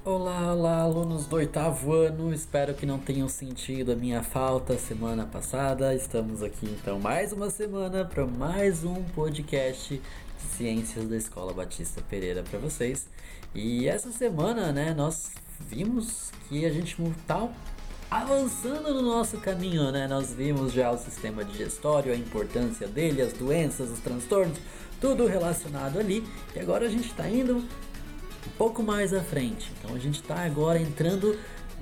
Olá, olá, alunos do oitavo ano. Espero que não tenham sentido a minha falta semana passada. Estamos aqui então mais uma semana para mais um podcast de ciências da Escola Batista Pereira para vocês. E essa semana, né, nós vimos que a gente está avançando no nosso caminho, né? Nós vimos já o sistema digestório, a importância dele, as doenças, os transtornos, tudo relacionado ali. E agora a gente está indo um pouco mais à frente. Então a gente está agora entrando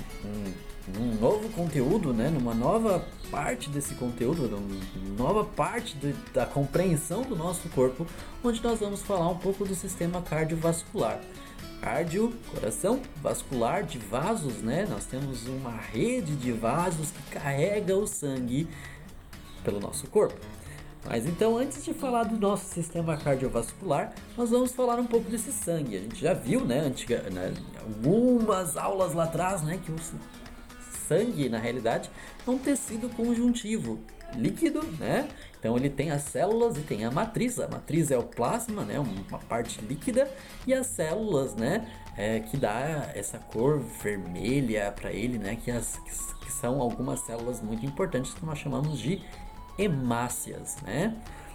num novo conteúdo, né? Numa nova parte desse conteúdo, numa nova parte da compreensão do nosso corpo, onde nós vamos falar um pouco do sistema cardiovascular. Cardio, coração, vascular, de vasos, né? Nós temos uma rede de vasos que carrega o sangue pelo nosso corpo. Mas então, antes de falar do nosso sistema cardiovascular, nós vamos falar um pouco desse sangue. A gente já viu, né, algumas aulas lá atrás, né, que o sangue, na realidade, é um tecido conjuntivo líquido, né? Então ele tem as células e tem a matriz. A matriz é o plasma, né, uma parte líquida, e as células, né, que dá essa cor vermelha para ele, né, que são algumas células muito importantes que nós chamamos de hemácias, né?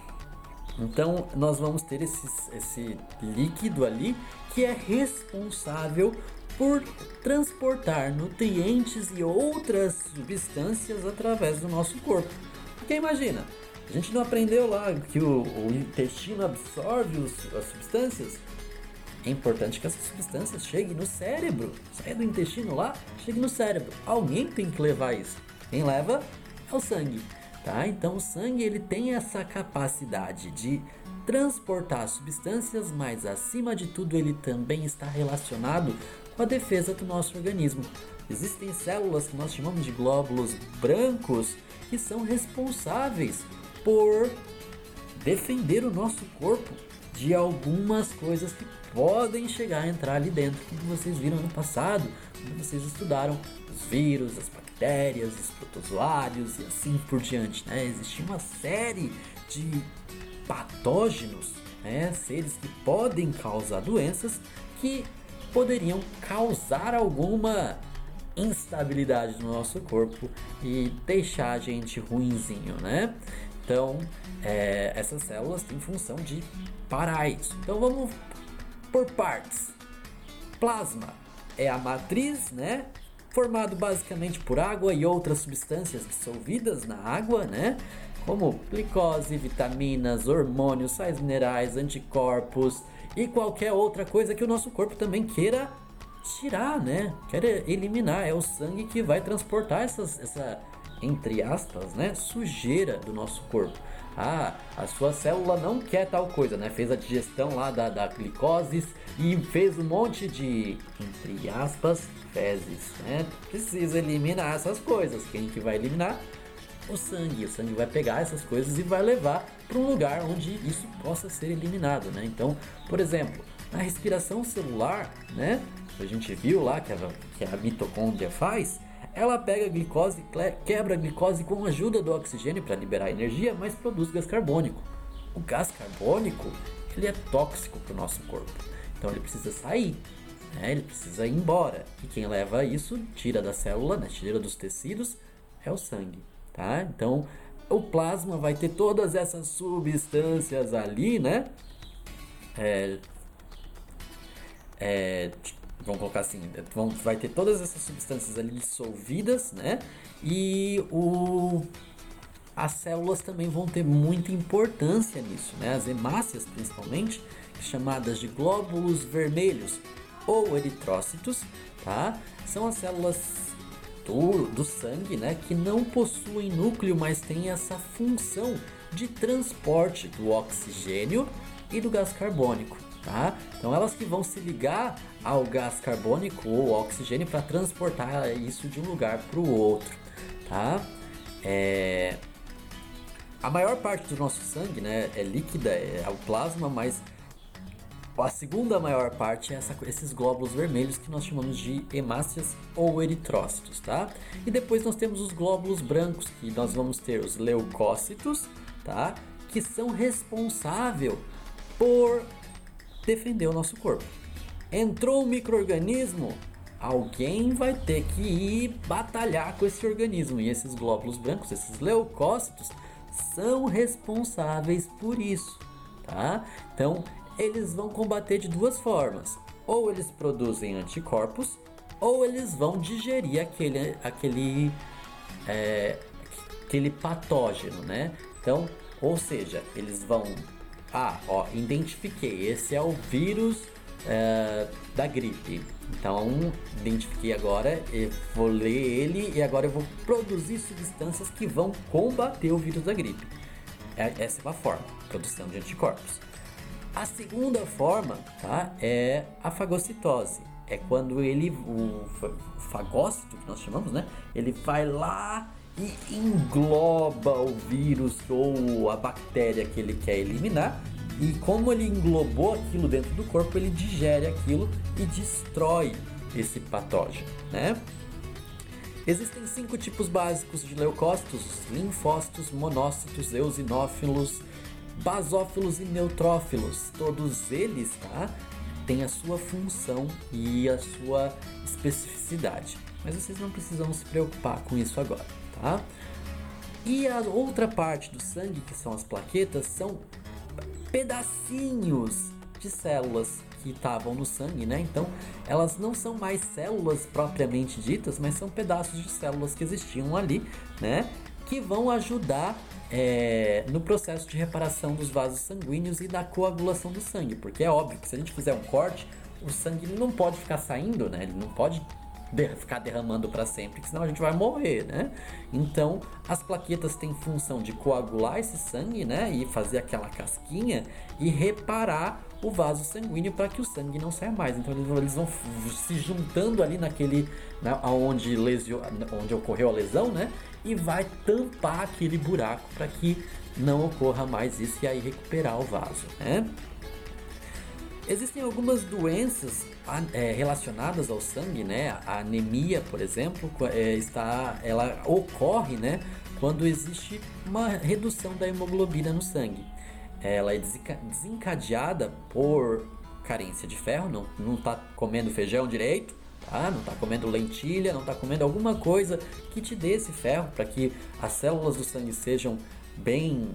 Então nós vamos ter esse líquido ali que é responsável por transportar nutrientes e outras substâncias através do nosso corpo. Porque imagina, a gente não aprendeu lá que o intestino absorve as substâncias? É importante que essas substâncias cheguem no cérebro, saia do intestino lá, chegue no cérebro. Alguém tem que levar isso. Quem leva é o sangue. Tá? Então o sangue ele tem essa capacidade de transportar substâncias, mas acima de tudo ele também está relacionado com a defesa do nosso organismo. Existem células que nós chamamos de glóbulos brancos que são responsáveis por defender o nosso corpo de algumas coisas que podem chegar a entrar ali dentro, como vocês viram no passado, quando vocês estudaram os vírus, as bactérias, os protozoários e assim por diante, né? Existe uma série de patógenos, né? Seres que podem causar doenças que poderiam causar alguma instabilidade no nosso corpo e deixar a gente ruinzinho, né? Então, essas células têm função de parar isso. Então vamos por partes. Plasma é a matriz, né? Formado basicamente por água e outras substâncias dissolvidas na água, né? Como glicose, vitaminas, hormônios, sais minerais, anticorpos e qualquer outra coisa que o nosso corpo também queira tirar, né? Queira eliminar. É o sangue que vai transportar essa entre aspas, né, sujeira do nosso corpo. Ah, a sua célula não quer tal coisa, né? Fez a digestão lá da glicose e fez um monte de, entre aspas, fezes, né? Precisa eliminar essas coisas. Quem que vai eliminar? O sangue. O sangue vai pegar essas coisas e vai levar para um lugar onde isso possa ser eliminado, né? Então, por exemplo, na respiração celular, né? A gente viu lá que a mitocôndria faz. Ela pega a glicose, quebra a glicose com a ajuda do oxigênio para liberar energia, mas produz gás carbônico. O gás carbônico ele é tóxico para o nosso corpo, então ele precisa sair, né? Ele precisa ir embora. E quem leva isso, tira da célula, né? Tira dos tecidos, é o sangue. Tá? Então o plasma vai ter todas essas substâncias ali, né? Vamos colocar assim, vai ter todas essas substâncias ali dissolvidas, né? E as células também vão ter muita importância nisso, né? As hemácias, principalmente, chamadas de glóbulos vermelhos ou eritrócitos, tá? São as células do sangue, né? Que não possuem núcleo, mas têm essa função de transporte do oxigênio e do gás carbônico. Tá? Então elas que vão se ligar ao gás carbônico ou oxigênio para transportar isso de um lugar para o outro, tá? A maior parte do nosso sangue, né, é líquida, é o plasma, mas a segunda maior parte é esses glóbulos vermelhos que nós chamamos de hemácias ou eritrócitos, tá? E depois nós temos os glóbulos brancos, que nós vamos ter os leucócitos, tá? Que são responsáveis por defender o nosso corpo. Entrou um micro-organismo, alguém vai ter que ir batalhar com esse organismo. E esses glóbulos brancos, esses leucócitos, são responsáveis por isso, tá? Então, eles vão combater de duas formas. Ou eles produzem anticorpos, ou eles vão digerir aquele patógeno, né? Então, ou seja, eles vão... identifiquei, esse é o vírus da gripe. Então, identifiquei agora, eu vou ler ele e agora eu vou produzir substâncias que vão combater o vírus da gripe. Essa é uma forma, produção de anticorpos. A segunda forma, tá, é a fagocitose. É quando o fagócito, que nós chamamos, né? Ele vai lá e engloba o vírus ou a bactéria que ele quer eliminar. E como ele englobou aquilo dentro do corpo, ele digere aquilo e destrói esse patógeno, né? Existem 5 tipos básicos de leucócitos: linfócitos, monócitos, eosinófilos, basófilos e neutrófilos. Todos eles, tá, têm a sua função e a sua especificidade. Mas vocês não precisam se preocupar com isso agora, tá? E a outra parte do sangue, que são as plaquetas, são pedacinhos de células que estavam no sangue, né? Então, elas não são mais células propriamente ditas, mas são pedaços de células que existiam ali, né? Que vão ajudar no processo de reparação dos vasos sanguíneos e da coagulação do sangue. Porque é óbvio que se a gente fizer um corte, o sangue não pode ficar saindo, né? Ele não pode ficar derramando para sempre, que senão a gente vai morrer, né? Então, as plaquetas têm função de coagular esse sangue, né? E fazer aquela casquinha e reparar o vaso sanguíneo para que o sangue não saia mais. Então, eles vão se juntando ali naquele, né, onde ocorreu a lesão, né? E vai tampar aquele buraco para que não ocorra mais isso e aí recuperar o vaso, né? Existem algumas doenças relacionadas ao sangue, né? A anemia, por exemplo, ela ocorre, né, quando existe uma redução da hemoglobina no sangue. Ela é desencadeada por carência de ferro, não está comendo feijão direito, tá? Não está comendo lentilha, não está comendo alguma coisa que te dê esse ferro para que as células do sangue sejam bem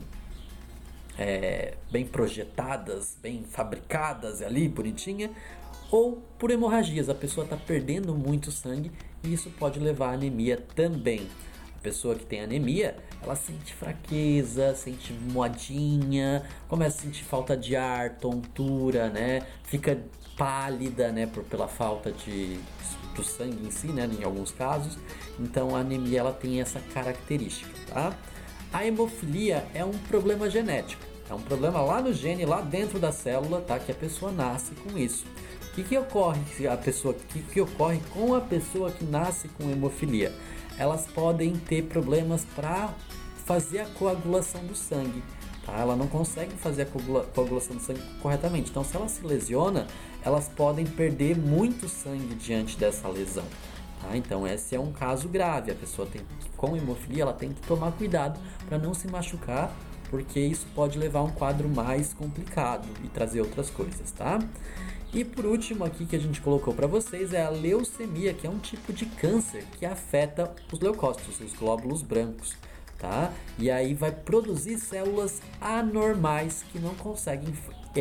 projetadas, bem fabricadas ali, bonitinha, ou por hemorragias. A pessoa está perdendo muito sangue e isso pode levar à anemia também. A pessoa que tem anemia, ela sente fraqueza, sente moadinha, começa a sentir falta de ar, tontura, né? Fica pálida, né? Pela falta do sangue em si, né? Em alguns casos. Então a anemia ela tem essa característica, tá? A hemofilia é um problema genético. É um problema lá no gene, lá dentro da célula, tá? Que a pessoa nasce com isso. O que ocorre com a pessoa que nasce com hemofilia? Elas podem ter problemas para fazer a coagulação do sangue, tá? Ela não consegue fazer a coagulação do sangue corretamente. Então, se ela se lesiona, elas podem perder muito sangue diante dessa lesão, tá? Então, esse é um caso grave. A pessoa com hemofilia, ela tem que tomar cuidado para não se machucar, porque isso pode levar a um quadro mais complicado e trazer outras coisas, tá? E por último aqui que a gente colocou para vocês é a leucemia, que é um tipo de câncer que afeta os leucócitos, os glóbulos brancos, tá? E aí vai produzir células anormais que não conseguem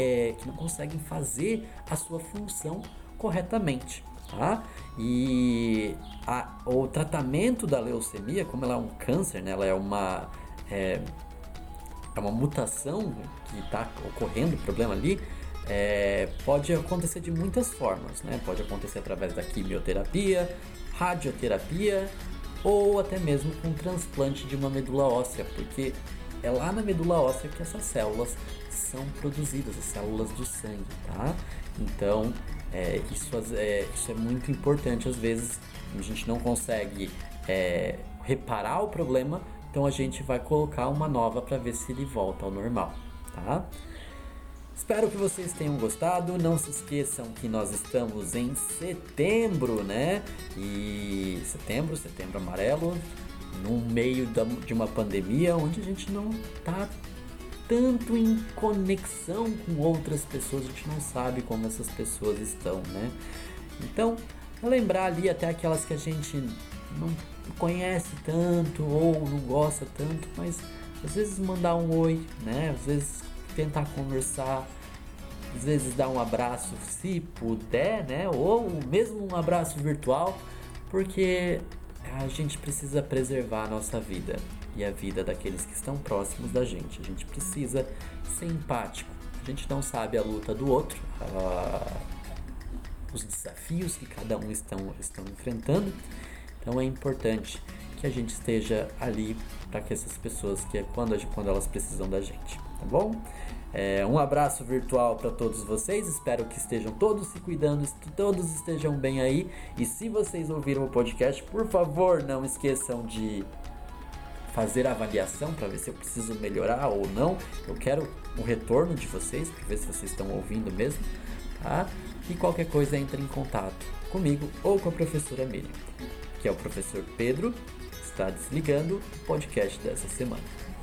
fazer a sua função corretamente, tá? E o tratamento da leucemia, como ela é um câncer, né? Ela é uma mutação que está ocorrendo, o problema ali, pode acontecer de muitas formas, né? Pode acontecer através da quimioterapia, radioterapia ou até mesmo com transplante de uma medula óssea, porque é lá na medula óssea que essas células são produzidas, as células do sangue, tá? Então, isso é muito importante. Às vezes a gente não consegue reparar o problema, então a gente vai colocar uma nova para ver se ele volta ao normal, tá? Espero que vocês tenham gostado. Não se esqueçam que nós estamos em setembro, né? E setembro amarelo, no meio de uma pandemia onde a gente não tá tanto em conexão com outras pessoas, a gente não sabe como essas pessoas estão, né? Então, lembrar ali até aquelas que a gente não conhece tanto ou não gosta tanto, mas às vezes mandar um oi, né? Às vezes tentar conversar, às vezes dar um abraço se puder, né? Ou mesmo um abraço virtual, porque a gente precisa preservar a nossa vida e a vida daqueles que estão próximos da gente. A gente precisa ser empático. A gente não sabe a luta do outro, os desafios que cada um estão enfrentando. Então é importante que a gente esteja ali para que essas pessoas, que é quando elas precisam da gente, tá bom? Um abraço virtual para todos vocês, espero que estejam todos se cuidando, que todos estejam bem aí. E se vocês ouviram o podcast, por favor, não esqueçam de fazer a avaliação para ver se eu preciso melhorar ou não. Eu quero um retorno de vocês, para ver se vocês estão ouvindo mesmo, tá? E qualquer coisa, entre em contato comigo ou com a professora Miriam, que é o professor Pedro, está desligando o podcast dessa semana.